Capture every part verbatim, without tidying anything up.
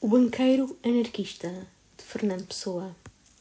O banqueiro anarquista, de Fernando Pessoa.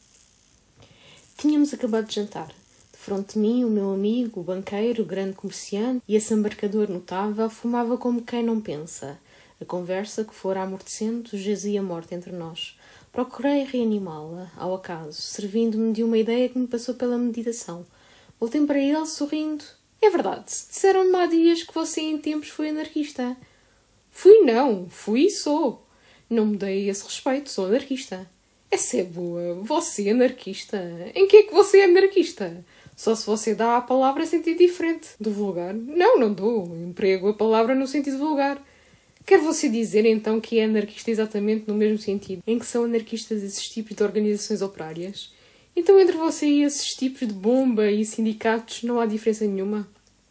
Tínhamos acabado de jantar. Defronte de mim, o meu amigo, o banqueiro, o grande comerciante e esse embarcador notável fumava como quem não pensa. A conversa, que fora amortecendo, jazia morta entre nós. Procurei reanimá-la, ao acaso, servindo-me de uma ideia que me passou pela meditação. Voltei para ele, sorrindo. É verdade, disseram-me há dias que você em tempos foi anarquista. Fui não, fui e sou. Não me dei esse respeito, sou anarquista. Essa é boa, você anarquista. Em que é que você é anarquista? Só se você dá à palavra sentido diferente do vulgar. Não, não dou. Emprego a palavra no sentido vulgar. Quer você dizer, então, que é anarquista exatamente no mesmo sentido em que são anarquistas esses tipos de organizações operárias? Então, entre você e esses tipos de bomba e sindicatos não há diferença nenhuma?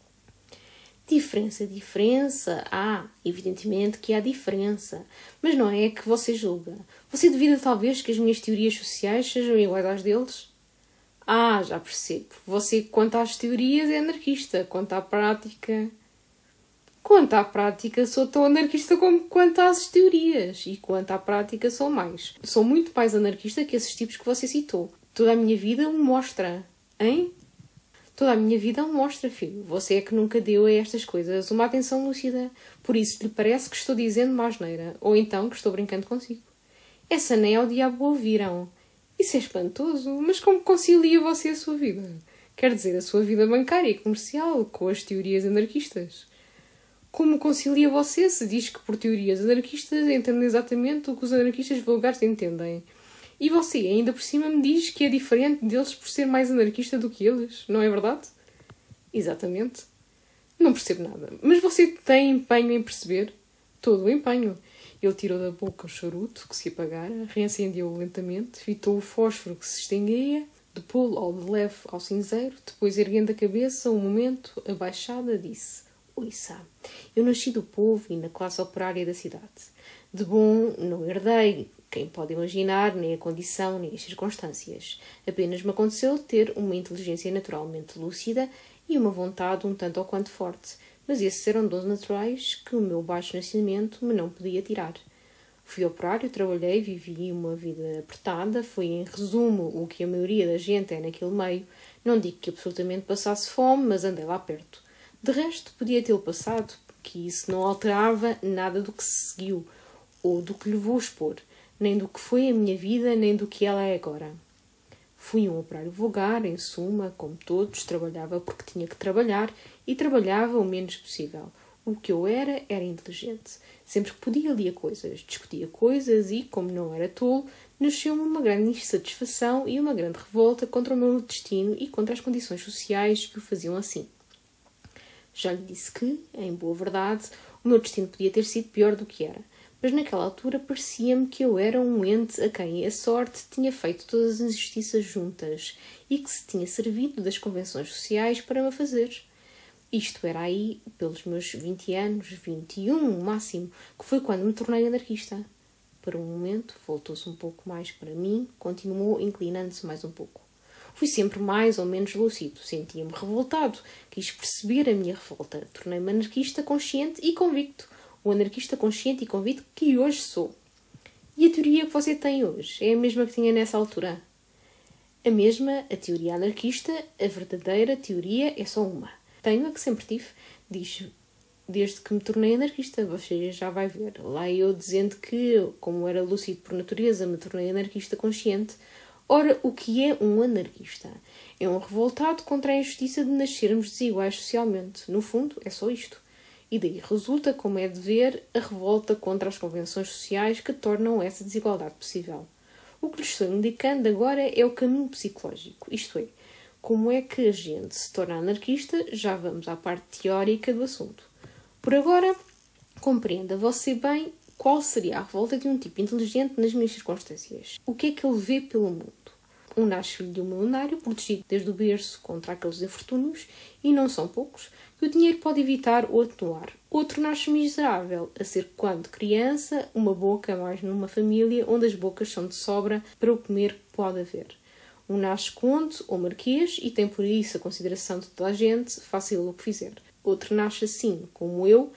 Diferença, diferença. Ah, evidentemente que há diferença. Mas não é que você julga. Você duvida talvez que as minhas teorias sociais sejam iguais às deles? Ah, já percebo. Você, quanto às teorias, é anarquista. Quanto à prática... Quanto à prática, sou tão anarquista como quanto às teorias. E quanto à prática, sou mais. Sou muito mais anarquista que esses tipos que você citou. Toda a minha vida o mostra. Hein? Toda a minha vida o mostra, filho. Você é que nunca deu a estas coisas uma atenção lúcida. Por isso lhe parece que estou dizendo uma asneira. Ou então que estou brincando consigo. Essa nem ao diabo ouviram. Isso é espantoso. Mas como concilia você a sua vida? Quer dizer, a sua vida bancária e comercial com as teorias anarquistas? Como concilia você se diz que por teorias anarquistas entende exatamente o que os anarquistas vulgares entendem? E você ainda por cima me diz que é diferente deles por ser mais anarquista do que eles, não é verdade? Exatamente. Não percebo nada. Mas você tem empenho em perceber? Todo o empenho. Ele tirou da boca o charuto que se apagara, reacendeu-o lentamente, fitou o fósforo que se extinguia, de polo ao de leve ao cinzeiro, depois erguendo a cabeça, um momento, abaixada, disse: Ouça, eu nasci do povo e na classe operária da cidade. De bom não herdei, quem pode imaginar, nem a condição, nem as circunstâncias. Apenas me aconteceu ter uma inteligência naturalmente lúcida e uma vontade um tanto ou quanto forte, mas esses eram dons naturais que o meu baixo nascimento me não podia tirar. Fui operário, trabalhei, vivi uma vida apertada, foi em resumo o que a maioria da gente é naquele meio. Não digo que absolutamente passasse fome, mas andei lá perto. De resto, podia tê-lo passado, porque isso não alterava nada do que se seguiu, ou do que lhe vou expor, nem do que foi a minha vida, nem do que ela é agora. Fui um operário vulgar, em suma, como todos, trabalhava porque tinha que trabalhar, e trabalhava o menos possível. O que eu era, era inteligente. Sempre que podia, lia coisas, discutia coisas e, como não era tolo, nasceu-me uma grande insatisfação e uma grande revolta contra o meu destino e contra as condições sociais que o faziam assim. Já lhe disse que, em boa verdade, o meu destino podia ter sido pior do que era, mas naquela altura parecia-me que eu era um ente a quem a sorte tinha feito todas as injustiças juntas e que se tinha servido das convenções sociais para me fazer. Isto era aí, pelos meus vinte anos, vinte e um no máximo, que foi quando me tornei anarquista. Por um momento, voltou-se um pouco mais para mim, continuou inclinando-se mais um pouco. Fui sempre mais ou menos lúcido, sentia-me revoltado, quis perceber a minha revolta, tornei-me anarquista consciente e convicto, o anarquista consciente e convicto que hoje sou. E a teoria que você tem hoje é a mesma que tinha nessa altura? A mesma, a teoria anarquista, a verdadeira teoria é só uma. Tenho a que sempre tive, diz, desde que me tornei anarquista, você já vai ver. Lá eu dizendo que, como era lúcido por natureza, me tornei anarquista consciente. Ora, o que é um anarquista? É um revoltado contra a injustiça de nascermos desiguais socialmente. No fundo, é só isto. E daí resulta, como é de ver, a revolta contra as convenções sociais que tornam essa desigualdade possível. O que lhes estou indicando agora é o caminho psicológico, isto é, como é que a gente se torna anarquista, já vamos à parte teórica do assunto. Por agora, compreenda você bem qual seria a revolta de um tipo inteligente nas minhas circunstâncias. O que é que ele vê pelo mundo? Um nasce filho de um milionário, protegido desde o berço contra aqueles infortúnios, e não são poucos, que o dinheiro pode evitar ou atenuar. Outro nasce miserável, a ser, quando criança, uma boca mais numa família onde as bocas são de sobra para o comer que pode haver. Um nasce conde ou marquês e tem por isso a consideração de toda a gente, faça ele o que fizer. Outro nasce assim, como eu,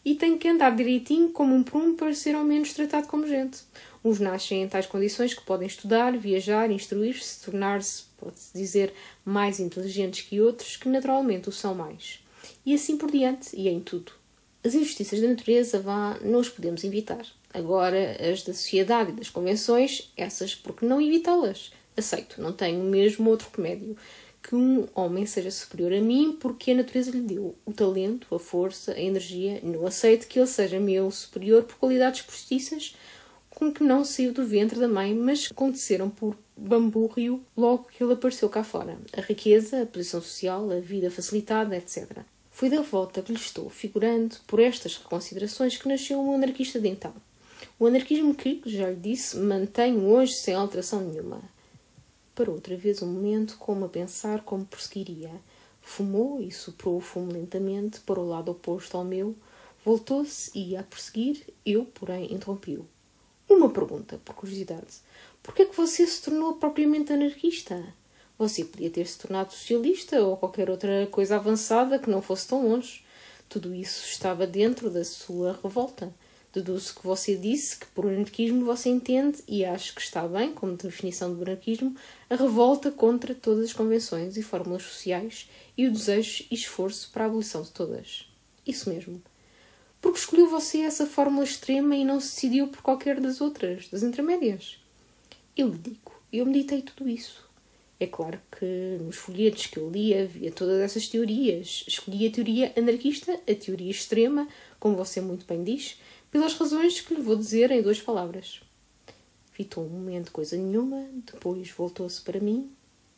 e tem que andar direitinho como um prumo para ser ao menos tratado como gente. Uns nascem em tais condições que podem estudar, viajar, instruir-se, tornar-se, pode-se dizer, mais inteligentes que outros, que naturalmente o são mais. E assim por diante, e em tudo. As injustiças da natureza, vá, não as podemos evitar. Agora, as da sociedade e das convenções, essas por que não evitá-las? Aceito, não tenho mesmo outro remédio. Que um homem seja superior a mim porque a natureza lhe deu o talento, a força, a energia. Não aceito que ele seja meu superior por qualidades postiças com que não saiu do ventre da mãe, mas que aconteceram por bambu rio logo que ele apareceu cá fora. A riqueza, a posição social, a vida facilitada, etcétera. Foi da revolta que lhe estou figurando por estas reconsiderações que nasceu o anarquista de então. O anarquismo que, já lhe disse, mantenho hoje sem alteração nenhuma. Parou outra vez um momento, como a pensar como prosseguiria. Fumou e soprou o fumo lentamente para o lado oposto ao meu. Voltou-se e ia a prosseguir. Eu, porém, interrompi-o. Uma pergunta, por curiosidade. Por que é que você se tornou propriamente anarquista? Você podia ter se tornado socialista ou qualquer outra coisa avançada que não fosse tão longe. Tudo isso estava dentro da sua revolta. Deduzo que você disse que por anarquismo você entende, e acho que está bem, como definição do anarquismo, a revolta contra todas as convenções e fórmulas sociais e o desejo e esforço para a abolição de todas. Isso mesmo. Porque escolheu você essa fórmula extrema e não se decidiu por qualquer das outras, das intermédias? Eu lhe digo, eu meditei tudo isso. É claro que nos folhetos que eu lia havia todas essas teorias. Escolhi a teoria anarquista, a teoria extrema, como você muito bem diz, pelas razões que lhe vou dizer em duas palavras. Fitou um momento coisa nenhuma, depois voltou-se para mim.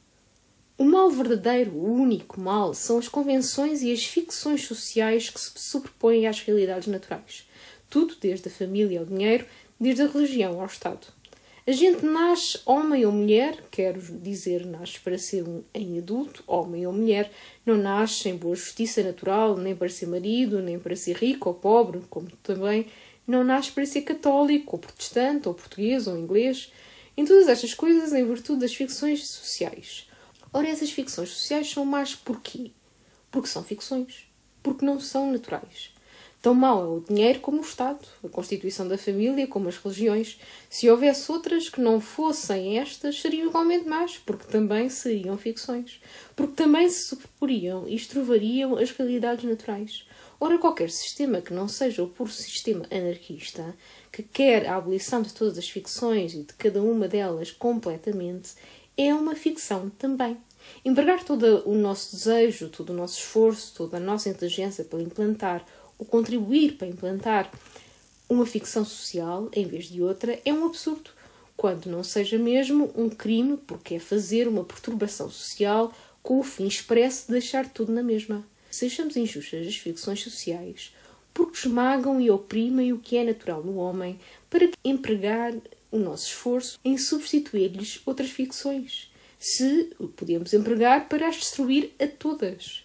O mal verdadeiro, o único mal, são as convenções e as ficções sociais que se sobrepõem às realidades naturais. Tudo, desde a família ao dinheiro, desde a religião ao Estado. A gente nasce homem ou mulher, quero dizer, nasce para ser um em adulto, homem ou mulher, não nasce em boa justiça natural, nem para ser marido, nem para ser rico ou pobre, como também não nasce para ser católico, ou protestante, ou português, ou inglês. Em todas estas coisas, em virtude das ficções sociais. Ora, essas ficções sociais são más porquê? Porque são ficções. Porque não são naturais. Tão mau é o dinheiro como o Estado, a constituição da família como as religiões. Se houvesse outras que não fossem estas, seriam igualmente más, porque também seriam ficções. Porque também se sobreporiam e estrovariam as realidades naturais. Ora, qualquer sistema que não seja o puro sistema anarquista, que quer a abolição de todas as ficções e de cada uma delas completamente, é uma ficção também. Empregar todo o nosso desejo, todo o nosso esforço, toda a nossa inteligência para implantar ou contribuir para implantar uma ficção social em vez de outra é um absurdo, quando não seja mesmo um crime, porque é fazer uma perturbação social com o fim expresso de deixar tudo na mesma. Se achamos injustas as ficções sociais, porque esmagam e oprimem o que é natural no homem, para empregar o nosso esforço em substituir-lhes outras ficções, se o podemos empregar para as destruir a todas.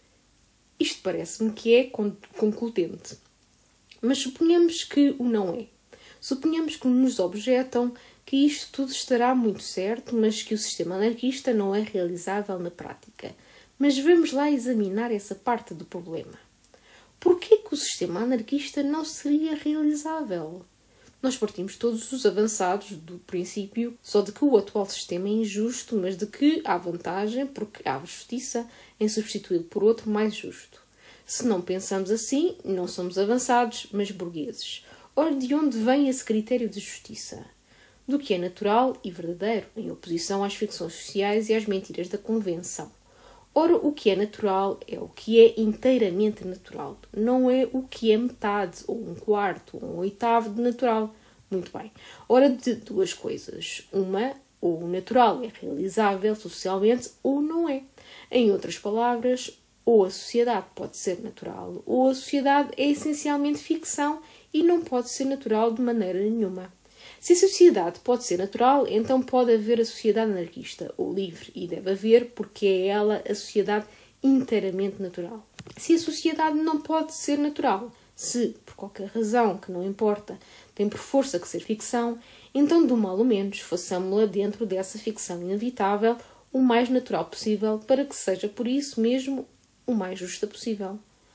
Isto parece-me que é concludente. Mas suponhamos que o não é. Suponhamos que nos objetam que isto tudo estará muito certo, mas que o sistema anarquista não é realizável na prática. Mas vamos lá examinar essa parte do problema. Porquê que o sistema anarquista não seria realizável? Nós partimos todos os avançados do princípio só de que o atual sistema é injusto, mas de que há vantagem, porque há justiça, em substituí-lo por outro mais justo. Se não pensamos assim, não somos avançados, mas burgueses. Ora, de onde vem esse critério de justiça? Do que é natural e verdadeiro, em oposição às ficções sociais e às mentiras da convenção. Ora, o que é natural é o que é inteiramente natural. Não é o que é metade, ou um quarto, ou um oitavo de natural. Muito bem. Ora, de duas coisas. Uma, ou o natural é realizável socialmente, ou não é. Em outras palavras, ou a sociedade pode ser natural, ou a sociedade é essencialmente ficção e não pode ser natural de maneira nenhuma. Se a sociedade pode ser natural, então pode haver a sociedade anarquista, ou livre, e deve haver, porque é ela a sociedade inteiramente natural. Se a sociedade não pode ser natural, se, por qualquer razão que não importa, tem por força que ser ficção, então, do mal ou menos, façamo-la dentro dessa ficção inevitável o mais natural possível, para que seja, por isso mesmo, o mais justa possível.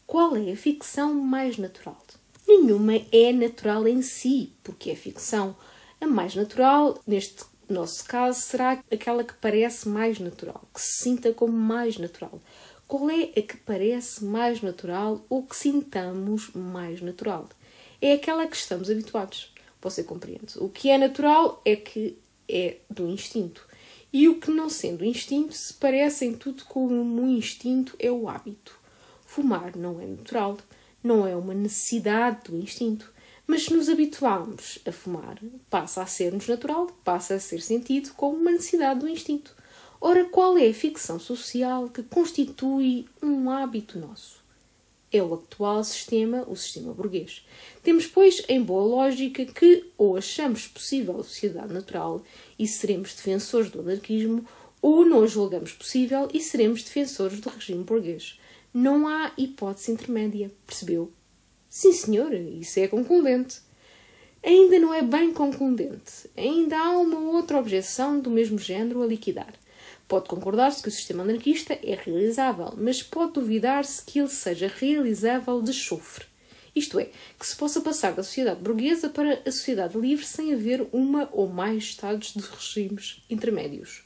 Qual é a ficção mais natural? Nenhuma é natural em si, porque é ficção. A mais natural, neste nosso caso, será aquela que parece mais natural, que se sinta como mais natural. Qual é a que parece mais natural ou que sintamos mais natural? É aquela que estamos habituados. Você compreende? O que é natural é que é do instinto. E o que, não sendo instinto, se parece em tudo como um instinto, é o hábito. Fumar não é natural, não é uma necessidade do instinto. Mas se nos habituarmos a fumar, passa a ser-nos natural, passa a ser sentido como uma necessidade do instinto. Ora, qual é a ficção social que constitui um hábito nosso? É o atual sistema, o sistema burguês. Temos, pois, em boa lógica que ou achamos possível a sociedade natural e seremos defensores do anarquismo, ou não a julgamos possível e seremos defensores do regime burguês. Não há hipótese intermédia, percebeu? Sim, senhor, isso é concludente. Ainda não é bem concludente. Ainda há uma outra objeção do mesmo género a liquidar. Pode concordar-se que o sistema anarquista é realizável, mas pode duvidar-se que ele seja realizável de chofre. Isto é, que se possa passar da sociedade burguesa para a sociedade livre sem haver uma ou mais estados de regimes intermédios.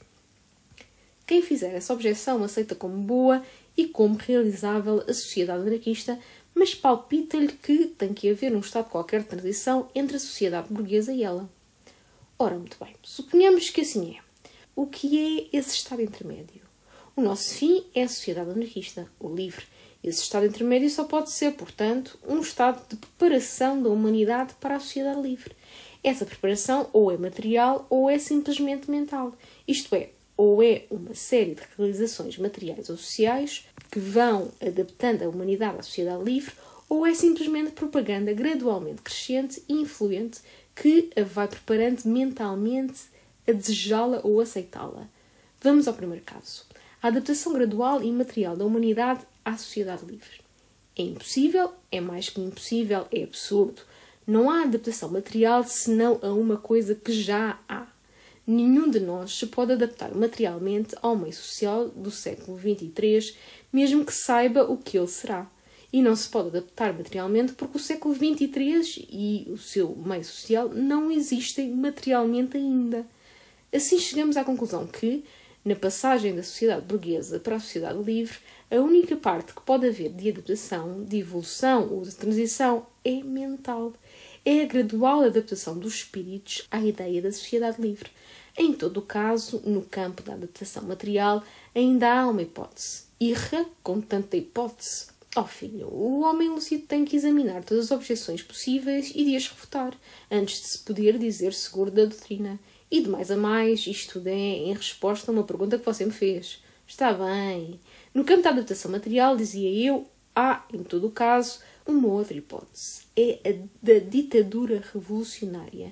Quem fizer essa objeção aceita como boa e como realizável a sociedade anarquista, mas palpita-lhe que tem que haver um estado qualquer de transição entre a sociedade burguesa e ela. Ora, muito bem, suponhamos que assim é. O que é esse estado intermédio? O nosso fim é a sociedade anarquista, o livre. Esse estado intermédio só pode ser, portanto, um estado de preparação da humanidade para a sociedade livre. Essa preparação ou é material ou é simplesmente mental. Isto é, ou é uma série de realizações materiais ou sociais que vão adaptando a humanidade à sociedade livre, ou é simplesmente propaganda gradualmente crescente e influente que a vai preparando mentalmente a desejá-la ou aceitá-la. Vamos ao primeiro caso. A adaptação gradual e material da humanidade à sociedade livre. É impossível, é mais que impossível, é absurdo. Não há adaptação material senão a uma coisa que já há. Nenhum de nós se pode adaptar materialmente ao meio social do século vinte e três, mesmo que saiba o que ele será. E não se pode adaptar materialmente porque o século vinte e três e o seu meio social não existem materialmente ainda. Assim chegamos à conclusão que, na passagem da sociedade burguesa para a sociedade livre, a única parte que pode haver de adaptação, de evolução ou de transição é mental. É a gradual adaptação dos espíritos à ideia da sociedade livre. Em todo o caso, no campo da adaptação material, ainda há uma hipótese. Irra com tanta hipótese. Oh filho, o homem lúcido tem que examinar todas as objeções possíveis e de as refutar, antes de se poder dizer seguro da doutrina. E de mais a mais, isto tudo é em resposta a uma pergunta que você me fez. Está bem. No campo da adaptação material, dizia eu, há, em todo o caso, uma outra hipótese. É a da ditadura revolucionária.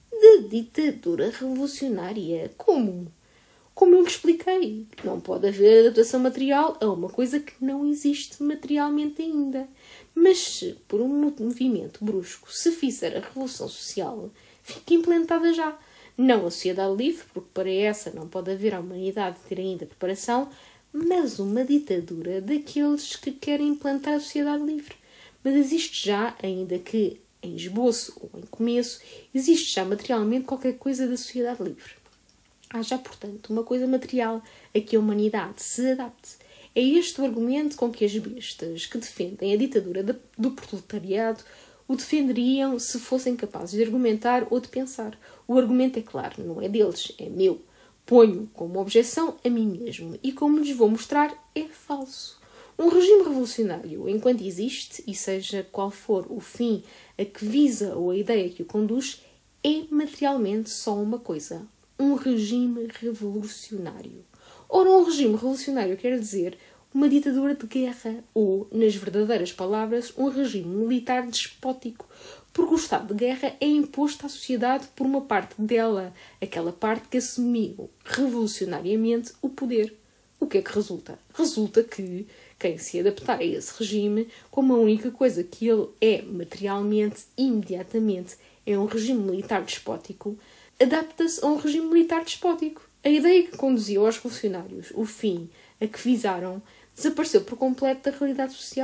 Da ditadura revolucionária? Como? Como eu lhe expliquei. Não pode haver adaptação material a uma coisa que não existe materialmente ainda. Mas se, por um movimento brusco, se fizer a revolução social, fica implantada já. Não a sociedade livre, porque para essa não pode haver a humanidade ter ainda preparação, mas uma ditadura daqueles que querem implantar a sociedade livre. Mas existe já, ainda que em esboço ou em começo, existe já materialmente qualquer coisa da sociedade livre. Há já, portanto, uma coisa material a que a humanidade se adapte. É este o argumento com que as bestas que defendem a ditadura do proletariado o defenderiam se fossem capazes de argumentar ou de pensar. O argumento é claro, não é deles, é meu. Ponho como objeção a mim mesmo e, como lhes vou mostrar, é falso. Um regime revolucionário, enquanto existe, e seja qual for o fim a que visa ou a ideia que o conduz, é materialmente só uma coisa: um regime revolucionário. Ora, um regime revolucionário quer dizer uma ditadura de guerra ou, nas verdadeiras palavras, um regime militar despótico, porque o estado de guerra é imposto à sociedade por uma parte dela, aquela parte que assumiu revolucionariamente o poder. O que é que resulta? Resulta que quem se adaptar a esse regime, como a única coisa que ele é materialmente, imediatamente, é um regime militar despótico, adapta-se a um regime militar despótico. A ideia que conduziu aos revolucionários, o fim a que visaram, desapareceu por completo da realidade social.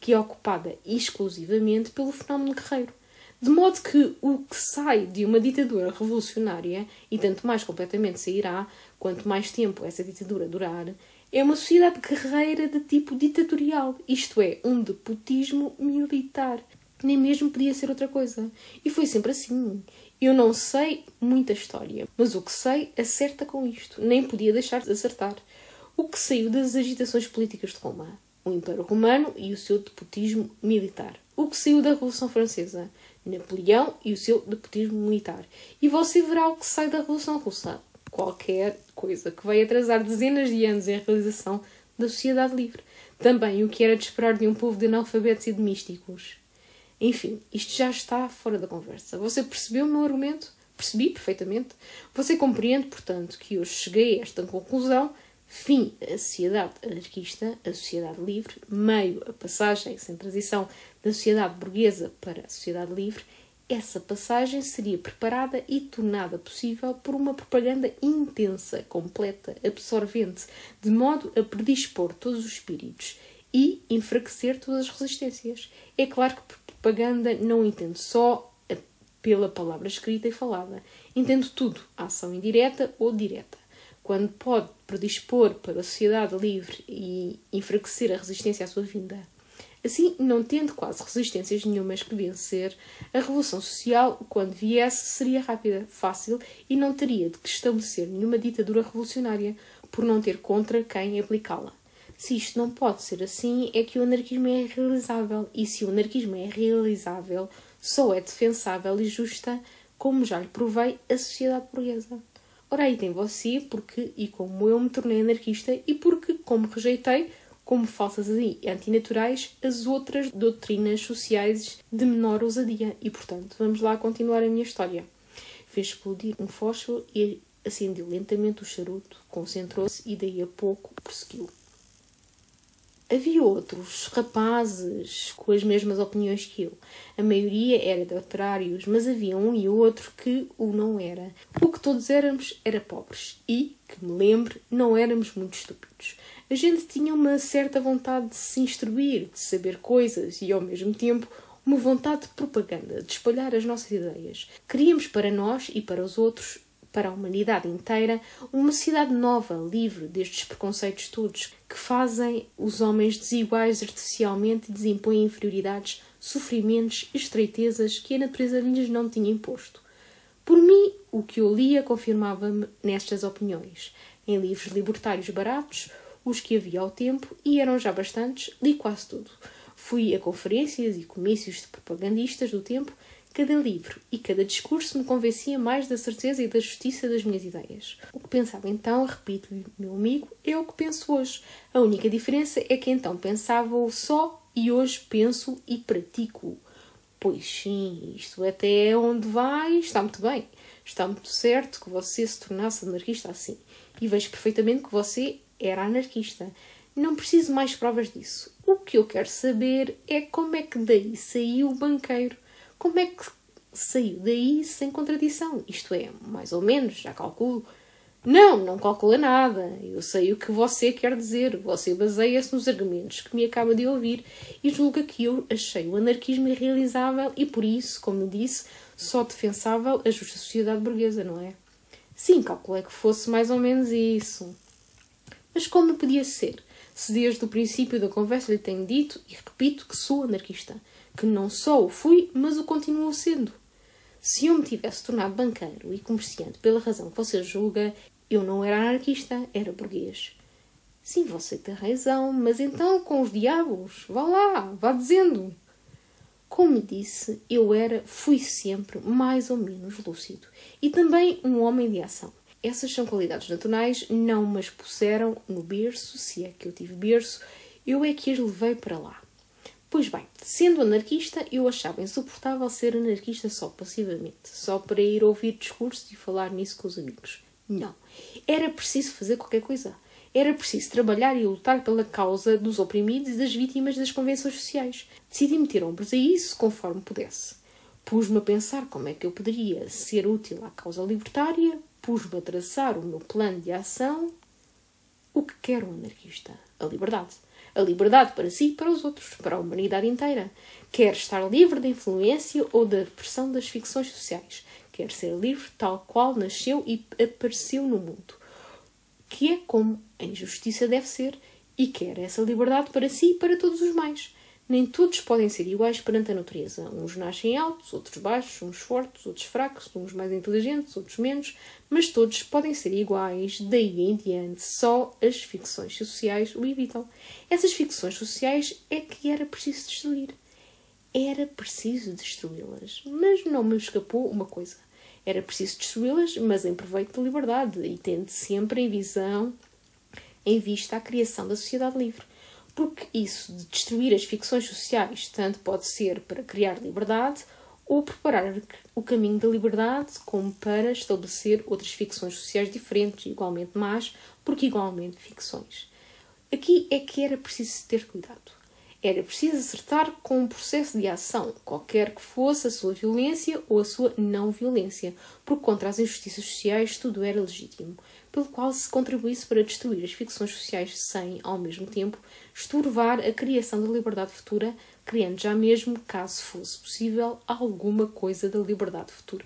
que é ocupada exclusivamente pelo fenómeno guerreiro. De modo que o que sai de uma ditadura revolucionária, e tanto mais completamente sairá, quanto mais tempo essa ditadura durar, é uma sociedade guerreira de tipo ditatorial, isto é, um despotismo militar, que nem mesmo podia ser outra coisa. E foi sempre assim. Eu não sei muita história, mas o que sei acerta com isto, nem podia deixar de acertar. O que saiu das agitações políticas de Roma? O Império Romano e o seu despotismo militar. O que saiu da Revolução Francesa? Napoleão e o seu despotismo militar. E você verá o que sai da Revolução Russa. Qualquer coisa que vai atrasar dezenas de anos em realização da sociedade livre. Também o que era de esperar de um povo de analfabetos e de místicos. Enfim, isto já está fora da conversa. Você percebeu o meu argumento? Percebi perfeitamente. Você compreende, portanto, que eu cheguei a esta conclusão. Fim a sociedade anarquista, a sociedade livre, meio a passagem sem transição da sociedade burguesa para a sociedade livre. Essa passagem seria preparada e tornada possível por uma propaganda intensa, completa, absorvente, de modo a predispor todos os espíritos e enfraquecer todas as resistências. É claro que propaganda não entendo só pela palavra escrita e falada. Entendo tudo, a ação indireta ou direta. Quando pode predispor para a sociedade livre e enfraquecer a resistência à sua vinda. Assim, não tendo quase resistências nenhumas que vencer, a revolução social, quando viesse, seria rápida, fácil e não teria de que estabelecer nenhuma ditadura revolucionária, por não ter contra quem aplicá-la. Se isto não pode ser assim, é que o anarquismo é irrealizável, e se o anarquismo é realizável, só é defensável e justa, como já lhe provei, a sociedade burguesa. Ora, aí tem você, porque e como eu me tornei anarquista e porque, como rejeitei, como falsas e antinaturais, as outras doutrinas sociais de menor ousadia. E, portanto, vamos lá continuar a minha história. Fez explodir um fósforo e acendeu lentamente o charuto, concentrou-se e daí a pouco prosseguiu. Havia outros rapazes com as mesmas opiniões que eu. A maioria era de operários, mas havia um e outro que o não era. O que todos éramos era pobres e, que me lembre, não éramos muito estúpidos. A gente tinha uma certa vontade de se instruir, de saber coisas e, ao mesmo tempo, uma vontade de propaganda, de espalhar as nossas ideias. Queríamos para nós e para os outros, para a humanidade inteira, uma sociedade nova, livre destes preconceitos todos, que fazem os homens desiguais artificialmente e desimpõem inferioridades, sofrimentos e estreitezas que a natureza lhes não tinha imposto. Por mim, o que eu lia confirmava-me nestas opiniões. Em livros libertários baratos, os que havia ao tempo, e eram já bastantes, li quase tudo. Fui a conferências e comícios de propagandistas do tempo. Cada livro e cada discurso me convencia mais da certeza e da justiça das minhas ideias. O que pensava então, repito-lhe, meu amigo, é o que penso hoje. A única diferença é que então pensava-o só e hoje penso e pratico. Pois sim, isto até é onde vai, está muito bem. Está muito certo que você se tornasse anarquista assim. E vejo perfeitamente que você era anarquista. Não preciso mais provas disso. O que eu quero saber é como é que daí saiu o banqueiro. Como é que saiu daí sem contradição? Isto é, mais ou menos, já calculo. Não, não calcula nada. Eu sei o que você quer dizer. Você baseia-se nos argumentos que me acaba de ouvir e julga que eu achei o anarquismo irrealizável e, por isso, como disse, só defensável a justa sociedade burguesa, não é? Sim, calculei que fosse mais ou menos isso. Mas como podia ser? Se desde o princípio da conversa lhe tenho dito, e repito, que sou anarquista. Que não só o fui, mas o continuo sendo. Se eu me tivesse tornado banqueiro e comerciante pela razão que você julga, eu não era anarquista, era burguês. Sim, você tem razão, mas então com os diabos, vá lá, vá dizendo. Como disse, eu era, fui sempre mais ou menos lúcido e também um homem de ação. Essas são qualidades naturais, não me as puseram no berço, se é que eu tive berço, eu é que as levei para lá. Pois bem, sendo anarquista, eu achava insuportável ser anarquista só passivamente, só para ir ouvir discursos e falar nisso com os amigos. Não. Era preciso fazer qualquer coisa. Era preciso trabalhar e lutar pela causa dos oprimidos e das vítimas das convenções sociais. Decidi meter ombros a isso conforme pudesse. Pus-me a pensar como é que eu poderia ser útil à causa libertária, pus-me a traçar o meu plano de ação. O que quer um anarquista? A liberdade. A liberdade para si e para os outros, para a humanidade inteira. Quer estar livre da influência ou da pressão das ficções sociais. Quer ser livre tal qual nasceu e apareceu no mundo. Que é como a injustiça deve ser, e quer essa liberdade para si e para todos os mais. Nem todos podem ser iguais perante a natureza. Uns nascem altos, outros baixos, uns fortes, outros fracos, uns mais inteligentes, outros menos, mas todos podem ser iguais, daí em diante. Só as ficções sociais o evitam. Essas ficções sociais é que era preciso destruir. Era preciso destruí-las. Mas não me escapou uma coisa. Era preciso destruí-las, mas em proveito da liberdade, e tendo sempre em visão, em vista a criação da sociedade livre. Porque isso de destruir as ficções sociais tanto pode ser para criar liberdade ou preparar o caminho da liberdade como para estabelecer outras ficções sociais diferentes, igualmente más, porque igualmente ficções. Aqui é que era preciso ter cuidado. Era preciso acertar com um processo de ação, qualquer que fosse a sua violência ou a sua não-violência, porque contra as injustiças sociais tudo era legítimo, pelo qual se contribuísse para destruir as ficções sociais sem, ao mesmo tempo, estorvar a criação da liberdade futura, criando já mesmo, caso fosse possível, alguma coisa da liberdade futura.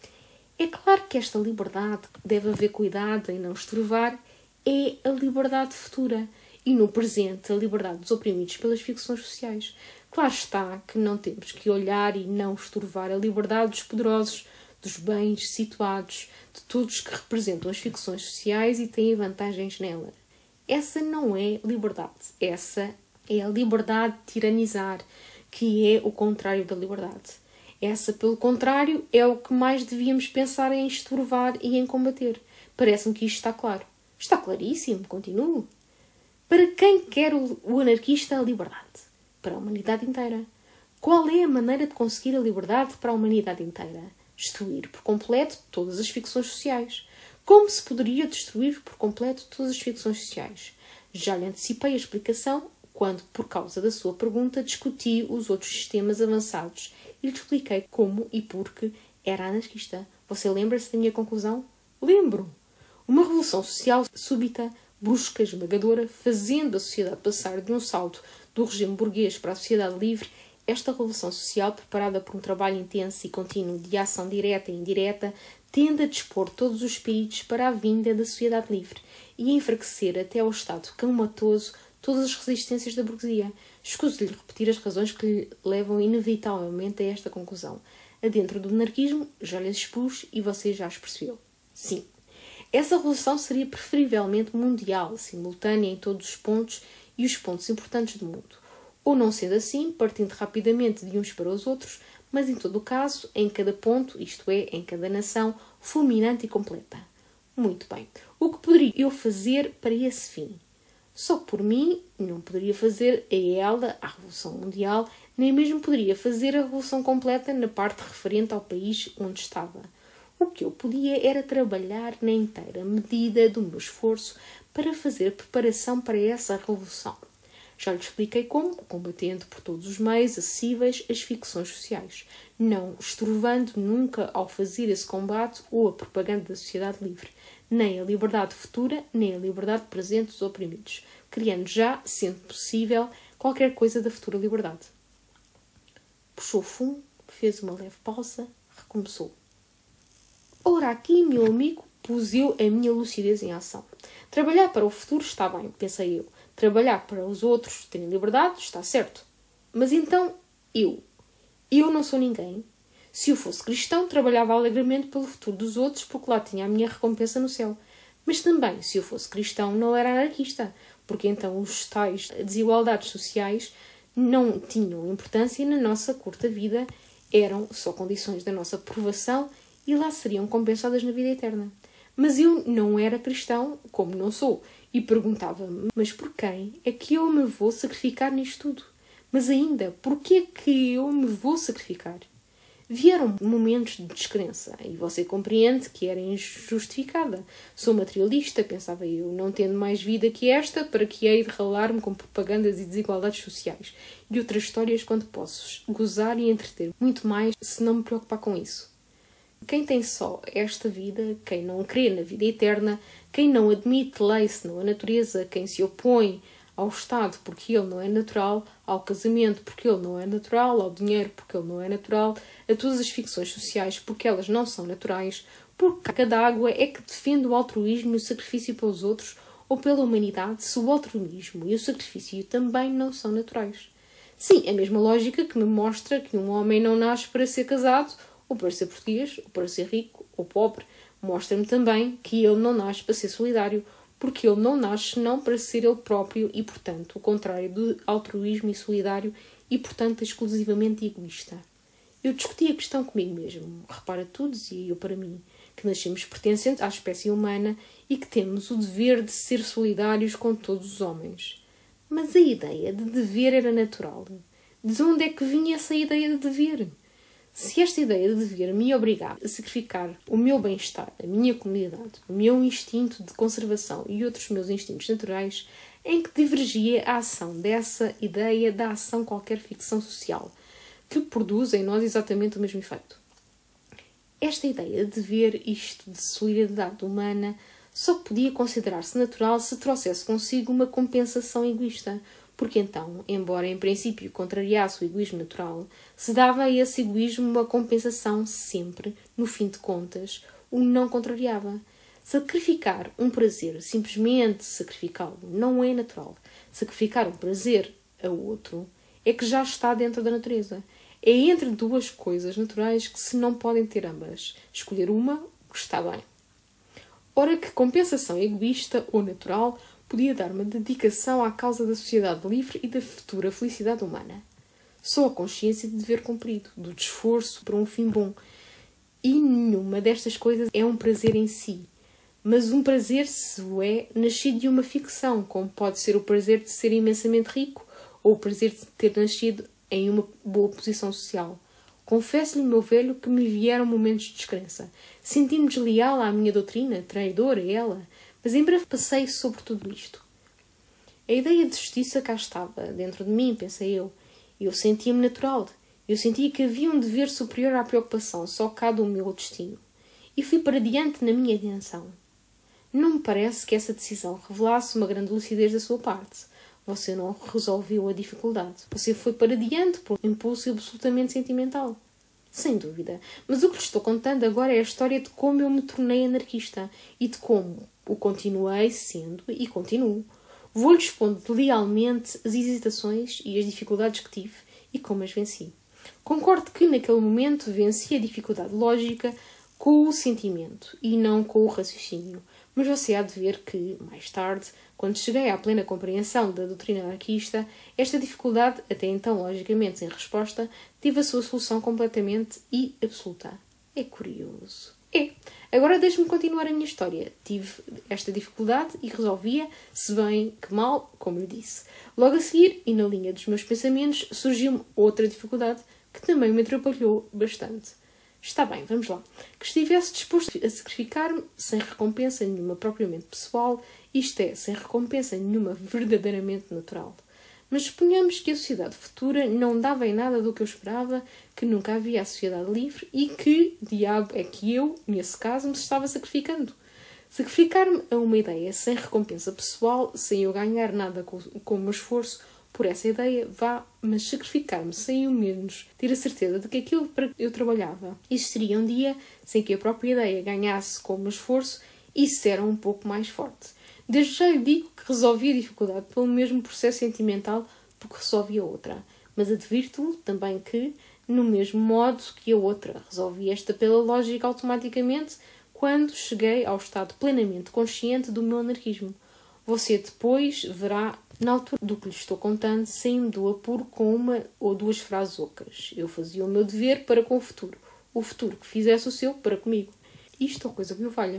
É claro que esta liberdade deve haver cuidado em não estorvar, é a liberdade futura, e no presente a liberdade dos oprimidos pelas ficções sociais. Claro está que não temos que olhar e não estorvar a liberdade dos poderosos, dos bens situados, de todos que representam as ficções sociais e têm vantagens nela. Essa não é liberdade. Essa é a liberdade de tiranizar, que é o contrário da liberdade. Essa, pelo contrário, é o que mais devíamos pensar em estorvar e em combater. Parece-me que isto está claro. Está claríssimo, continuo. Para quem quer o anarquista a liberdade? Para a humanidade inteira. Qual é a maneira de conseguir a liberdade para a humanidade inteira? Destruir por completo todas as ficções sociais. Como se poderia destruir por completo todas as ficções sociais? Já lhe antecipei a explicação quando, por causa da sua pergunta, discuti os outros sistemas avançados e lhe expliquei como e porque era anarquista. Você lembra-se da minha conclusão? Lembro! Uma revolução social súbita, brusca, esmagadora, fazendo a sociedade passar de um salto do regime burguês para a sociedade livre. Esta revolução social, preparada por um trabalho intenso e contínuo de ação direta e indireta, tende a dispor todos os espíritos para a vinda da sociedade livre e a enfraquecer até ao estado comatoso todas as resistências da burguesia. Escuso-lhe repetir as razões que lhe levam inevitavelmente a esta conclusão. Adentro do anarquismo, já lhes expus e você já as percebeu. Sim. Essa revolução seria preferivelmente mundial, simultânea em todos os pontos e os pontos importantes do mundo. Ou não sendo assim, partindo rapidamente de uns para os outros, mas em todo o caso, em cada ponto, isto é, em cada nação, fulminante e completa. Muito bem. O que poderia eu fazer para esse fim? Só por mim, não poderia fazer a ela, a Revolução Mundial, nem mesmo poderia fazer a Revolução completa na parte referente ao país onde estava. O que eu podia era trabalhar na inteira medida do meu esforço para fazer preparação para essa revolução. Já lhe expliquei como, combatendo por todos os meios acessíveis as ficções sociais, não estorvando nunca ao fazer esse combate ou a propaganda da sociedade livre, nem a liberdade futura, nem a liberdade presente dos oprimidos, criando já, sendo possível, qualquer coisa da futura liberdade. Puxou fumo, fez uma leve pausa, recomeçou. Ora, aqui, meu amigo, pus eu a minha lucidez em ação. Trabalhar para o futuro está bem, pensei eu. Trabalhar para os outros terem liberdade está certo. Mas então, eu? Eu não sou ninguém. Se eu fosse cristão, trabalhava alegremente pelo futuro dos outros, porque lá tinha a minha recompensa no céu. Mas também, se eu fosse cristão, não era anarquista, porque então os tais desigualdades sociais não tinham importância e na nossa curta vida eram só condições da nossa provação e lá seriam compensadas na vida eterna. Mas eu não era cristão, como não sou, e perguntava-me, mas por quem é que eu me vou sacrificar nisto tudo? Mas ainda, por que é que eu me vou sacrificar? Vieram momentos de descrença, e você compreende que era injustificada. Sou materialista, pensava eu, não tendo mais vida que esta, para que hei de ralar-me com propagandas e desigualdades sociais, e outras histórias quando posso gozar e entreter muito mais se não me preocupar com isso. Quem tem só esta vida, quem não crê na vida eterna, quem não admite lei senão a natureza, quem se opõe ao Estado porque ele não é natural, ao casamento porque ele não é natural, ao dinheiro porque ele não é natural, a todas as ficções sociais porque elas não são naturais, porque cada água é que defende o altruísmo e o sacrifício pelos outros ou pela humanidade se o altruísmo e o sacrifício também não são naturais. Sim, a mesma lógica que me mostra que um homem não nasce para ser casado, ou para ser português, ou para ser rico, ou pobre, mostra-me também que ele não nasce para ser solidário, porque ele não nasce não para ser ele próprio e, portanto, o contrário do altruísmo e solidário e, portanto, exclusivamente egoísta. Eu discuti a questão comigo mesmo. Repara, tu, dizia eu para mim, que nascemos pertencentes à espécie humana e que temos o dever de ser solidários com todos os homens. Mas a ideia de dever era natural. De onde é que vinha essa ideia de dever? Se esta ideia de dever me obrigava a sacrificar o meu bem-estar, a minha comunidade, o meu instinto de conservação e outros meus instintos naturais, em que divergia a ação dessa ideia da ação qualquer ficção social, que produz em nós exatamente o mesmo efeito. Esta ideia de dever, isto de solidariedade humana, só podia considerar-se natural se trouxesse consigo uma compensação egoísta, porque então, embora em princípio contrariasse o egoísmo natural, se dava a esse egoísmo uma compensação sempre, no fim de contas, o não contrariava. Sacrificar um prazer, simplesmente sacrificá-lo, não é natural. Sacrificar um prazer a outro é que já está dentro da natureza. É entre duas coisas naturais que se não podem ter ambas. Escolher uma, que está bem. Ora, que compensação egoísta ou natural podia dar uma dedicação à causa da sociedade livre e da futura felicidade humana? Só a consciência de dever cumprido, do esforço para um fim bom. E nenhuma destas coisas é um prazer em si. Mas um prazer, se o é, nascido de uma ficção, como pode ser o prazer de ser imensamente rico ou o prazer de ter nascido em uma boa posição social. Confesso-lhe, meu velho, que me vieram momentos de descrença. Senti-me desleal à minha doutrina, traidor a ela, mas em breve passei sobre tudo isto. A ideia de justiça cá estava, dentro de mim, pensei eu. Eu sentia-me natural. Eu sentia que havia um dever superior à preocupação, só cá do meu destino. E fui para diante na minha intenção. Não me parece que essa decisão revelasse uma grande lucidez da sua parte. Você não resolveu a dificuldade. Você foi para diante por um impulso absolutamente sentimental. Sem dúvida. Mas o que lhe estou contando agora é a história de como eu me tornei anarquista e de como o continuei sendo e continuo. Vou-lhe expondo lealmente as hesitações e as dificuldades que tive e como as venci. Concordo que naquele momento venci a dificuldade lógica com o sentimento e não com o raciocínio. Mas você há de ver que, mais tarde, quando cheguei à plena compreensão da doutrina anarquista, esta dificuldade, até então logicamente sem resposta, teve a sua solução completamente e absoluta. É curioso. É. Agora deixe-me continuar a minha história. Tive esta dificuldade e resolvia, se bem que mal, como lhe disse. Logo a seguir, e na linha dos meus pensamentos, surgiu-me outra dificuldade que também me atrapalhou bastante. Está bem, vamos lá. Que estivesse disposto a sacrificar-me sem recompensa nenhuma propriamente pessoal, isto é, sem recompensa nenhuma verdadeiramente natural. Mas suponhamos que a sociedade futura não dava em nada do que eu esperava, que nunca havia a sociedade livre e que, diabo, é que eu, nesse caso, me estava sacrificando. Sacrificar-me a uma ideia sem recompensa pessoal, sem eu ganhar nada com, com o meu esforço, por essa ideia, vá, mas sacrificar-me sem ao menos ter a certeza de que aquilo para que eu trabalhava existiria um dia sem que a própria ideia ganhasse com o meu esforço, isso era um pouco mais forte. Desde já lhe digo que resolvi a dificuldade pelo mesmo processo sentimental porque resolvi a outra, mas advirto-lhe também que, no mesmo modo que a outra, resolvi esta pela lógica automaticamente quando cheguei ao estado plenamente consciente do meu anarquismo. Você depois verá, na altura do que lhe estou contando, saí-me do apuro com uma ou duas frases ocas. Eu fazia o meu dever para com o futuro. O futuro que fizesse o seu para comigo. Isto é coisa que me valha.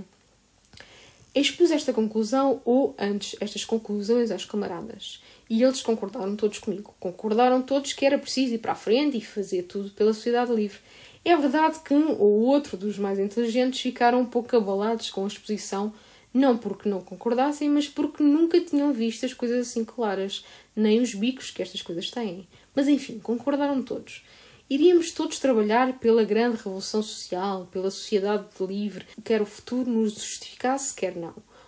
Expus esta conclusão, ou antes, estas conclusões aos camaradas. E eles concordaram todos comigo. Concordaram todos que era preciso ir para a frente e fazer tudo pela sociedade livre. É verdade que um ou outro dos mais inteligentes ficaram um pouco abalados com a exposição, não porque não concordassem, mas porque nunca tinham visto as coisas assim claras, nem os bicos que estas coisas têm. Mas enfim, concordaram todos. Iríamos todos trabalhar pela grande revolução social, pela sociedade livre, quer o futuro nos justificasse, quer não.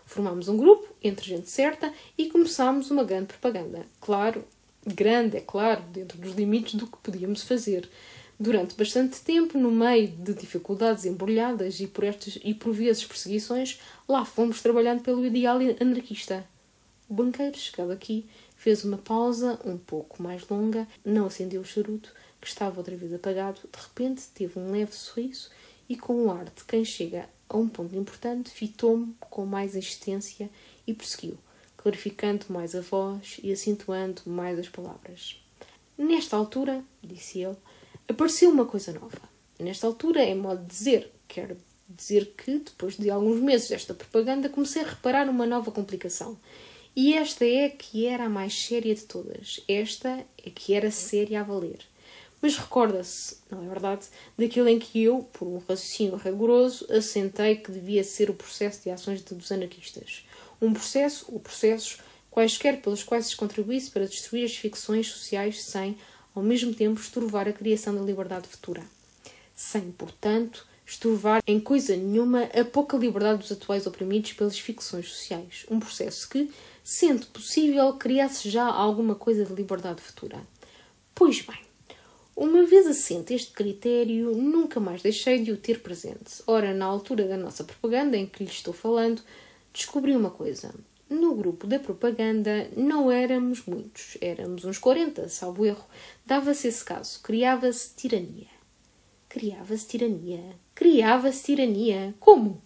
Formámos um grupo, entre gente certa, e começámos uma grande propaganda. Claro, grande, é claro, dentro dos limites do que podíamos fazer. Durante bastante tempo, no meio de dificuldades embrulhadas e por, estas, e por vezes perseguições, lá fomos trabalhando pelo ideal anarquista. O banqueiro, chegado aqui, fez uma pausa um pouco mais longa, não acendeu o charuto, que estava outra vez apagado. De repente, teve um leve sorriso e, com o ar de quem chega a um ponto importante, fitou-me com mais insistência e prosseguiu, clarificando mais a voz e acentuando mais as palavras. Nesta altura, disse ele, apareceu uma coisa nova. Nesta altura é modo de dizer. Quero dizer que, depois de alguns meses desta propaganda, comecei a reparar uma nova complicação. E esta é que era a mais séria de todas. Esta é que era séria a valer. Mas recorda-se, não é verdade, daquilo em que eu, por um raciocínio rigoroso, assentei que devia ser o processo de ações dos anarquistas. Um processo, ou processos, quaisquer pelos quais se contribuísse para destruir as ficções sociais sem, ao mesmo tempo, estorvar a criação da liberdade futura. Sem, portanto, estorvar em coisa nenhuma a pouca liberdade dos atuais oprimidos pelas ficções sociais. Um processo que, sendo possível, criasse já alguma coisa de liberdade futura. Pois bem, uma vez assente este critério, nunca mais deixei de o ter presente. Ora, na altura da nossa propaganda, em que lhe estou falando, descobri uma coisa. No grupo da propaganda não éramos muitos, éramos uns quarenta, salvo erro. Dava-se esse caso, criava-se tirania. Criava-se tirania. Criava-se tirania. Como?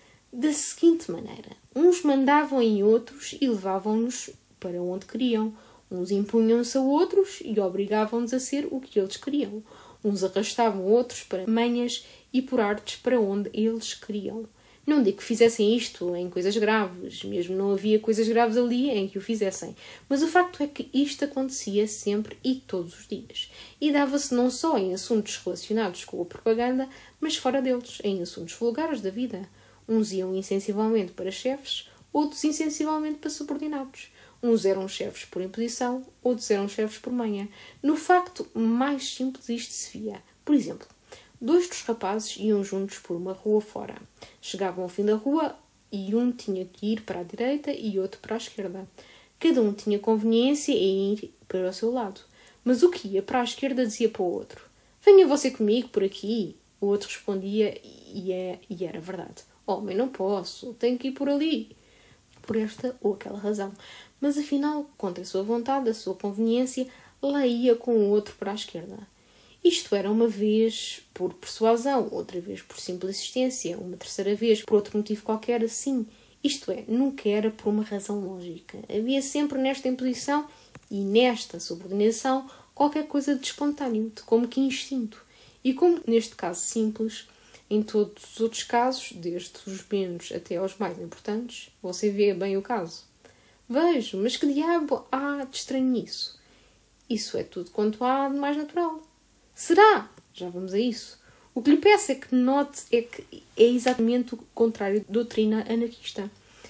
Da seguinte maneira. Uns mandavam em outros e levavam-nos para onde queriam. Uns impunham-se a outros e obrigavam-nos a ser o que eles queriam. Uns arrastavam outros para manhas e por artes para onde eles queriam. Não digo que fizessem isto em coisas graves, mesmo não havia coisas graves ali em que o fizessem, mas o facto é que isto acontecia sempre e todos os dias. E dava-se não só em assuntos relacionados com a propaganda, mas fora deles, em assuntos vulgares da vida. Uns iam insensivelmente para chefes, outros insensivelmente para subordinados. Uns eram chefes por imposição, outros eram chefes por manha. No facto mais simples isto se via. Por exemplo, dois dos rapazes iam juntos por uma rua fora. Chegavam ao fim da rua e um tinha que ir para a direita e outro para a esquerda. Cada um tinha conveniência em ir para o seu lado. Mas o que ia para a esquerda dizia para o outro: venha você comigo por aqui. O outro respondia e, é, e era verdade. Homem, não posso, tenho que ir por ali. Por esta ou aquela razão. Mas afinal, contra a sua vontade, a sua conveniência, lá ia com o outro para a esquerda. Isto era uma vez por persuasão, outra vez por simples insistência, uma terceira vez por outro motivo qualquer, assim. Isto é, nunca era por uma razão lógica. Havia sempre nesta imposição e nesta subordinação qualquer coisa de espontâneo, de como que instinto. E como neste caso simples, em todos os outros casos, desde os menos até aos mais importantes, você vê bem o caso. Vejo, mas que diabo há de estranho nisso? Isso é tudo quanto há de mais natural. Será? Já vamos a isso. O que lhe peço é que note é que é exatamente o contrário da doutrina anarquista.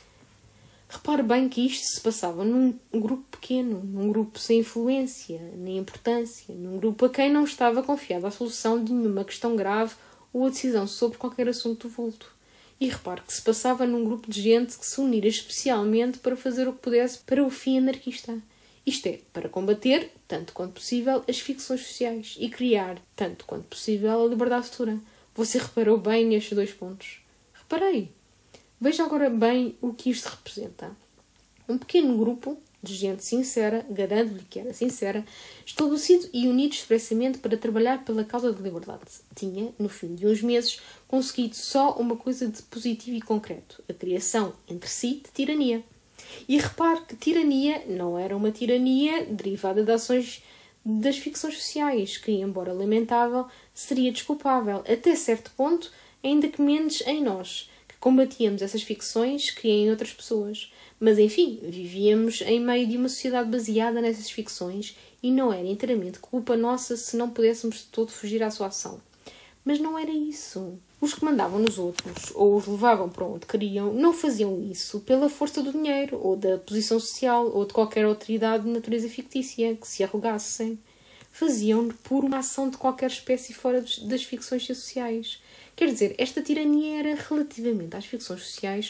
Repare bem que isto se passava num grupo pequeno, num grupo sem influência, nem importância, num grupo a quem não estava confiada a solução de nenhuma questão grave ou a decisão sobre qualquer assunto do vulto. E repare que se passava num grupo de gente que se unira especialmente para fazer o que pudesse para o fim anarquista. Isto é, para combater, tanto quanto possível, as ficções sociais e criar, tanto quanto possível, a liberdade futura. Você reparou bem nestes dois pontos? Reparei. Veja agora bem o que isto representa. Um pequeno grupo de gente sincera, garanto-lhe que era sincera, estabelecido e unido expressamente para trabalhar pela causa da liberdade. Tinha, no fim de uns meses, conseguido só uma coisa de positivo e concreto: a criação, entre si, de tirania. E repare que tirania não era uma tirania derivada de ações das ficções sociais, que, embora lamentável, seria desculpável, até certo ponto, ainda que menos em nós, que combatíamos essas ficções que em outras pessoas. Mas, enfim, vivíamos em meio de uma sociedade baseada nessas ficções e não era inteiramente culpa nossa se não pudéssemos de todo fugir à sua ação. Mas não era isso. Os que mandavam nos outros, ou os levavam para onde queriam, não faziam isso pela força do dinheiro, ou da posição social, ou de qualquer autoridade de natureza fictícia que se arrogassem. Faziam-no por uma ação de qualquer espécie fora das ficções sociais. Quer dizer, esta tirania era, relativamente às ficções sociais,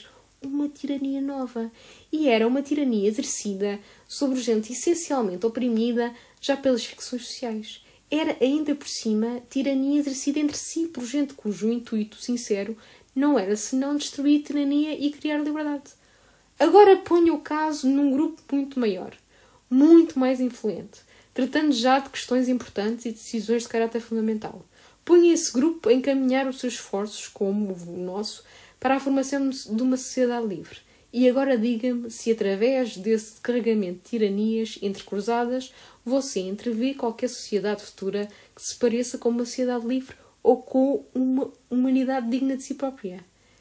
uma tirania nova. E era uma tirania exercida sobre gente essencialmente oprimida já pelas ficções sociais. Era, ainda por cima, tirania exercida entre si por gente cujo intuito sincero não era senão destruir a tirania e criar liberdade. Agora ponha o caso num grupo muito maior, muito mais influente, tratando já de questões importantes e decisões de caráter fundamental. Ponha esse grupo a encaminhar os seus esforços, como o nosso, para a formação de uma sociedade livre. E agora diga-me se, através desse carregamento de tiranias entrecruzadas, você entrevê qualquer sociedade futura que se pareça com uma sociedade livre ou com uma humanidade digna de si própria.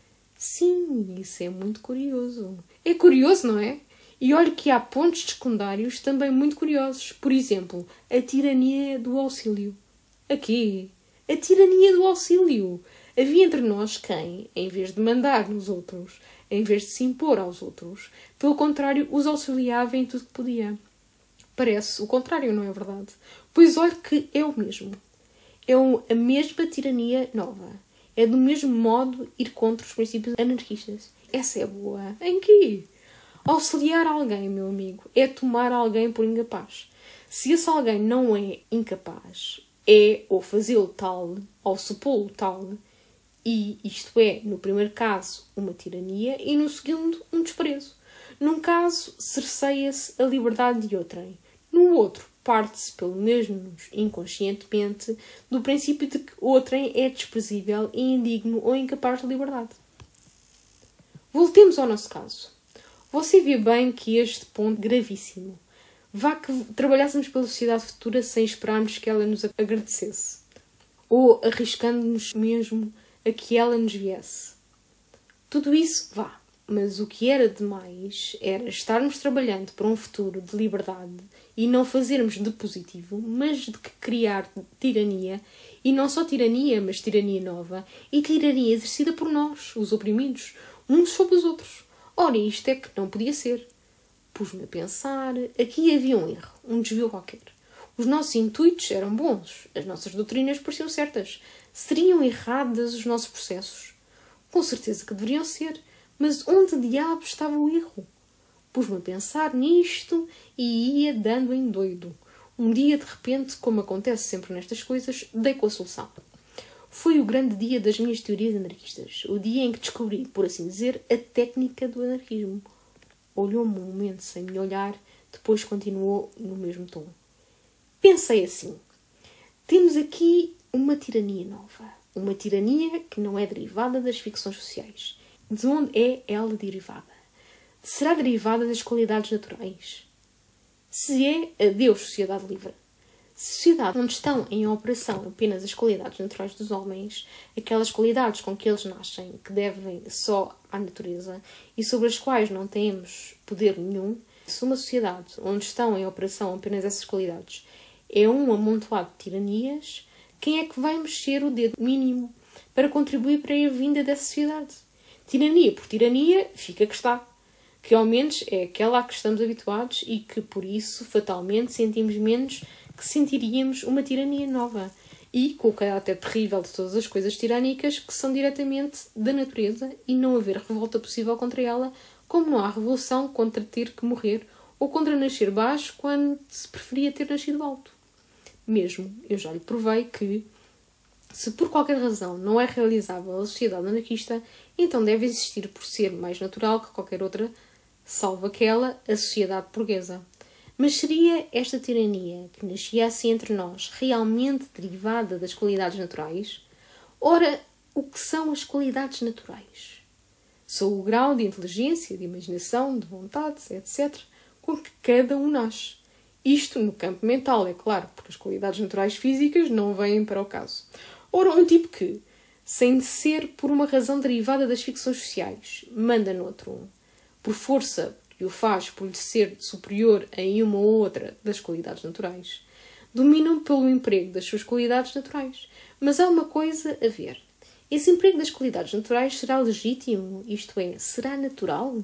Sim, isso é muito curioso. É curioso, não é? E olhe que há pontos secundários também muito curiosos. Por exemplo, a tirania do auxílio. A quê? A tirania do auxílio. Havia entre nós quem, em vez de mandar nos outros, em vez de se impor aos outros, pelo contrário, os auxiliava em tudo que podia. Parece o contrário, não é verdade? Pois olhe que é o mesmo. É a mesma tirania nova. É do mesmo modo ir contra os princípios anarquistas. Essa é boa. Em quê? Auxiliar alguém, meu amigo, é tomar alguém por incapaz. Se esse alguém não é incapaz, é ou fazê-lo tal, ou supô-lo tal, e isto é, no primeiro caso, uma tirania, e no segundo, um desprezo. Num caso, cerceia-se a liberdade de outrem. No outro, parte-se, pelo menos inconscientemente, do princípio de que outrem é desprezível e indigno ou incapaz de liberdade. Voltemos ao nosso caso. Você vê bem que este ponto é gravíssimo. Vá que trabalhássemos pela sociedade futura sem esperarmos que ela nos agradecesse. Ou arriscando-nos mesmo a que ela nos viesse. Tudo isso, vá. Mas o que era demais era estarmos trabalhando para um futuro de liberdade e não fazermos de positivo, mas de criar tirania, e não só tirania, mas tirania nova, e tirania exercida por nós, os oprimidos, uns sobre os outros. Ora, isto é que não podia ser. Pus-me a pensar, aqui havia um erro, um desvio qualquer. Os nossos intuitos eram bons, as nossas doutrinas pareciam certas. Seriam erradas os nossos processos? Com certeza que deveriam ser. Mas onde diabo estava o erro? Pus-me a pensar nisto e ia dando em doido. Um dia, de repente, como acontece sempre nestas coisas, dei com a solução. Foi o grande dia das minhas teorias anarquistas. O dia em que descobri, por assim dizer, a técnica do anarquismo. Olhou-me um momento sem me olhar, depois continuou no mesmo tom. Pensei assim. Temos aqui uma tirania nova. Uma tirania que não é derivada das ficções sociais. De onde é ela derivada? Será derivada das qualidades naturais? Se é, adeus sociedade livre. Sociedade onde estão em operação apenas as qualidades naturais dos homens, aquelas qualidades com que eles nascem, que devem só à natureza e sobre as quais não temos poder nenhum, se uma sociedade onde estão em operação apenas essas qualidades é um amontoado de tiranias, quem é que vai mexer o dedo mínimo para contribuir para a vinda dessa sociedade? Tirania por tirania, fica que está. Que ao menos é aquela a que estamos habituados e que, por isso, fatalmente sentimos menos que sentiríamos uma tirania nova. E com o caráter terrível de todas as coisas tirânicas que são diretamente da natureza e não haver revolta possível contra ela, como não há revolução contra ter que morrer ou contra nascer baixo quando se preferia ter nascido alto. Mesmo, eu já lhe provei que, se por qualquer razão não é realizável a sociedade anarquista, então deve existir por ser mais natural que qualquer outra, salvo aquela, a sociedade burguesa. Mas seria esta tirania, que nascia assim entre nós, realmente derivada das qualidades naturais? Ora, o que são as qualidades naturais? São o grau de inteligência, de imaginação, de vontade, etcétera, com que cada um nasce. Isto no campo mental, é claro, porque as qualidades naturais físicas não vêm para o caso. Ora, um tipo que, sem ser por uma razão derivada das ficções sociais, manda noutro um, por força que o faz por lhe ser superior em uma ou outra das qualidades naturais, dominam pelo emprego das suas qualidades naturais. Mas há uma coisa a ver. Esse emprego das qualidades naturais será legítimo? Isto é, será natural?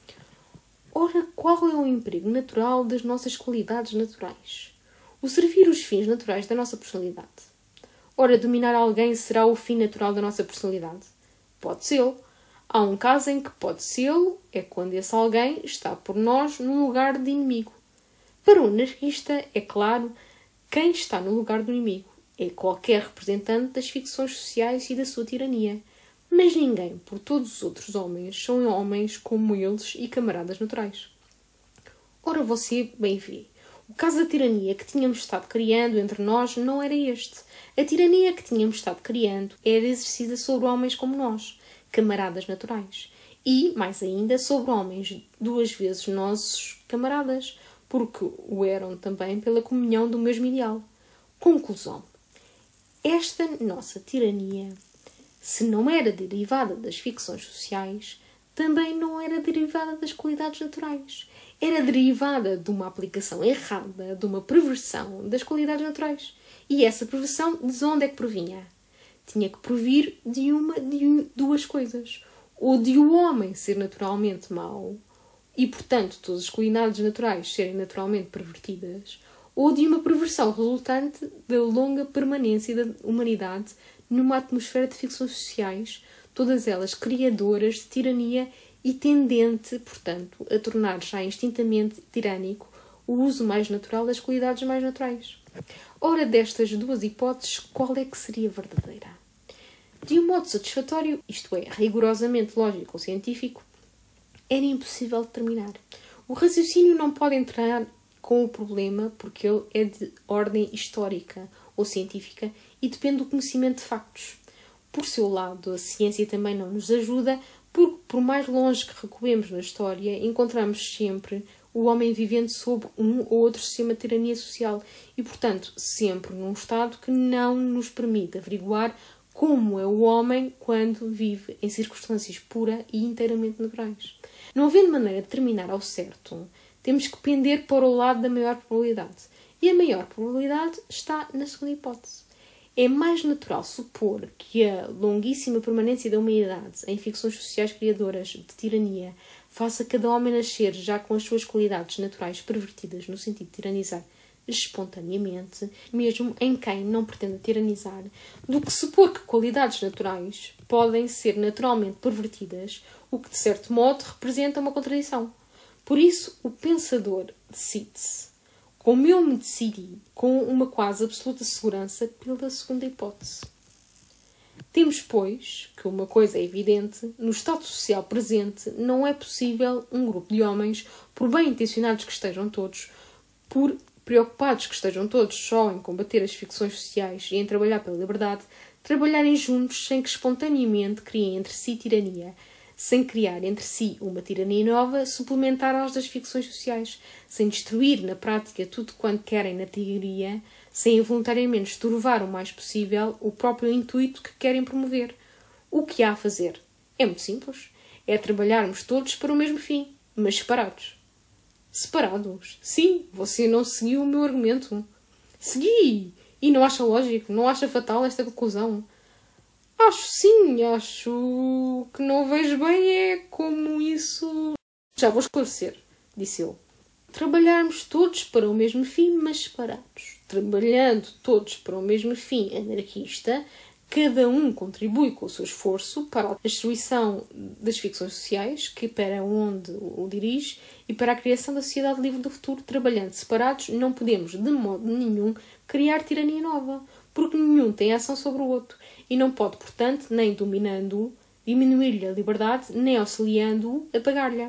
Ora, qual é o emprego natural das nossas qualidades naturais? O servir os fins naturais da nossa personalidade. Ora, dominar alguém será o fim natural da nossa personalidade? Pode ser. Há um caso em que pode sê-lo, é quando esse alguém está por nós num lugar de inimigo. Para o anarquista, é claro, quem está no lugar do inimigo é qualquer representante das ficções sociais e da sua tirania. Mas ninguém, por todos os outros homens, são homens como eles e camaradas naturais. Ora, você bem vê. O caso da tirania que tínhamos estado criando entre nós não era este. A tirania que tínhamos estado criando era exercida sobre homens como nós, camaradas naturais. E, mais ainda, sobre homens duas vezes nossos camaradas, porque o eram também pela comunhão do mesmo ideal. Conclusão. Esta nossa tirania, se não era derivada das ficções sociais, também não era derivada das qualidades naturais. Era derivada de uma aplicação errada, de uma perversão das qualidades naturais. E essa perversão, de onde é que provinha? Tinha que provir de uma de duas coisas. Ou de o homem ser naturalmente mau, e, portanto, todas as qualidades naturais serem naturalmente pervertidas, ou de uma perversão resultante da longa permanência da humanidade numa atmosfera de ficções sociais, todas elas criadoras de tirania e tendente, portanto, a tornar já instintamente tirânico o uso mais natural das qualidades mais naturais. Ora, destas duas hipóteses, qual é que seria verdadeira? De um modo satisfatório, isto é, rigorosamente lógico ou científico, era impossível determinar. O raciocínio não pode entrar com o problema porque ele é de ordem histórica ou científica e depende do conhecimento de factos. Por seu lado, a ciência também não nos ajuda porque, por mais longe que recuemos na história, encontramos sempre o homem vivendo sob um ou outro sistema de tirania social e, portanto, sempre num estado que não nos permite averiguar como é o homem quando vive em circunstâncias pura e inteiramente naturais. Não havendo maneira de determinar ao certo, temos que pender para o lado da maior probabilidade. E a maior probabilidade está na segunda hipótese. É mais natural supor que a longuíssima permanência da humanidade em ficções sociais criadoras de tirania faça cada homem nascer já com as suas qualidades naturais pervertidas no sentido de tiranizar espontaneamente, mesmo em quem não pretenda tiranizar, do que supor que qualidades naturais podem ser naturalmente pervertidas, o que de certo modo representa uma contradição. Por isso, o pensador decide-se, como eu me decidi, com uma quase absoluta segurança, pela segunda hipótese. Temos, pois, que uma coisa é evidente, no estado social presente não é possível um grupo de homens, por bem intencionados que estejam todos, por preocupados que estejam todos só em combater as ficções sociais e em trabalhar pela liberdade, trabalharem juntos sem que espontaneamente criem entre si tirania, sem criar entre si uma tirania nova, suplementar às das ficções sociais, sem destruir na prática tudo quanto querem na teoria, sem involuntariamente estorvar o mais possível o próprio intuito que querem promover. O que há a fazer? É muito simples. É trabalharmos todos para o mesmo fim, mas separados. Separados? Sim, você não seguiu o meu argumento. Segui! E não acha lógico? Não acha fatal esta conclusão? Acho sim, acho que não vejo bem é como isso... Já vou esclarecer, disse eu. Trabalharmos todos para o mesmo fim, mas separados. Trabalhando todos para o mesmo fim anarquista, cada um contribui com o seu esforço para a destruição das ficções sociais, que para onde o dirige, e para a criação da sociedade livre do futuro. Trabalhando separados, não podemos, de modo nenhum, criar tirania nova, porque nenhum tem ação sobre o outro, e não pode, portanto, nem dominando-o, diminuir-lhe a liberdade, nem auxiliando-o, apagar-lhe.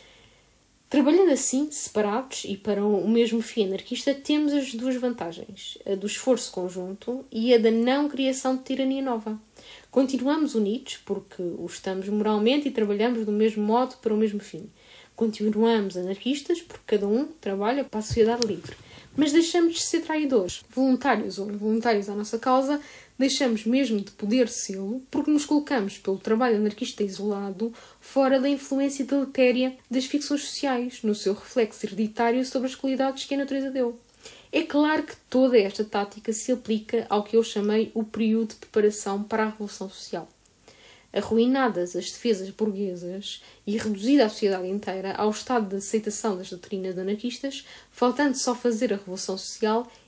Trabalhando assim, separados e para o mesmo fim anarquista, temos as duas vantagens, a do esforço conjunto e a da não criação de tirania nova. Continuamos unidos porque o estamos moralmente e trabalhamos do mesmo modo para o mesmo fim. Continuamos anarquistas porque cada um trabalha para a sociedade livre. Mas deixamos de ser traidores, voluntários ou involuntários à nossa causa, deixamos mesmo de poder sê-lo porque nos colocamos pelo trabalho anarquista isolado fora da influência deletéria das ficções sociais, no seu reflexo hereditário sobre as qualidades que a natureza deu. É claro que toda esta tática se aplica ao que eu chamei o período de preparação para a Revolução Social. Arruinadas as defesas burguesas e reduzida a sociedade inteira ao estado de aceitação das doutrinas anarquistas, faltando só fazer a Revolução Social,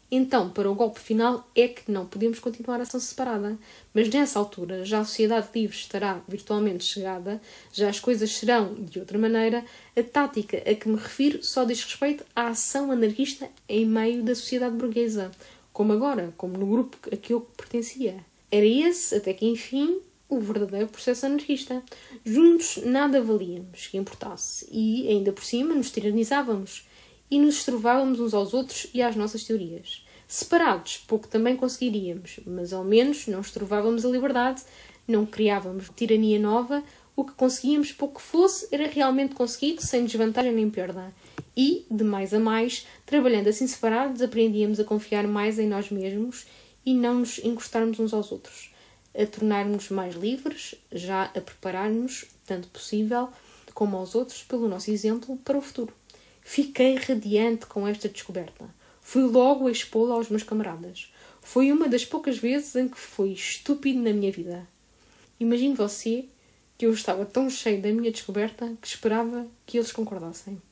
Então, para o golpe final, é que não podemos continuar a ação separada. Mas nessa altura, já a sociedade livre estará virtualmente chegada, já as coisas serão de outra maneira. A tática a que me refiro só diz respeito à ação anarquista em meio da sociedade burguesa, como agora, como no grupo a que eu pertencia. Era esse, até que enfim, o verdadeiro processo anarquista. Juntos nada valíamos que importasse e, ainda por cima, nos tiranizávamos e nos estrovávamos uns aos outros e às nossas teorias. Separados, pouco também conseguiríamos, mas ao menos não estrovávamos a liberdade, não criávamos tirania nova, o que conseguíamos, pouco que fosse, era realmente conseguido, sem desvantagem nem perda. E, de mais a mais, trabalhando assim separados, aprendíamos a confiar mais em nós mesmos e não nos encostarmos uns aos outros, a tornar-nos mais livres, já a preparar-nos, tanto possível, como aos outros, pelo nosso exemplo, para o futuro. Fiquei radiante com esta descoberta. Fui logo a expô-la aos meus camaradas. Foi uma das poucas vezes em que fui estúpido na minha vida. Imagine você que eu estava tão cheio da minha descoberta que esperava que eles concordassem.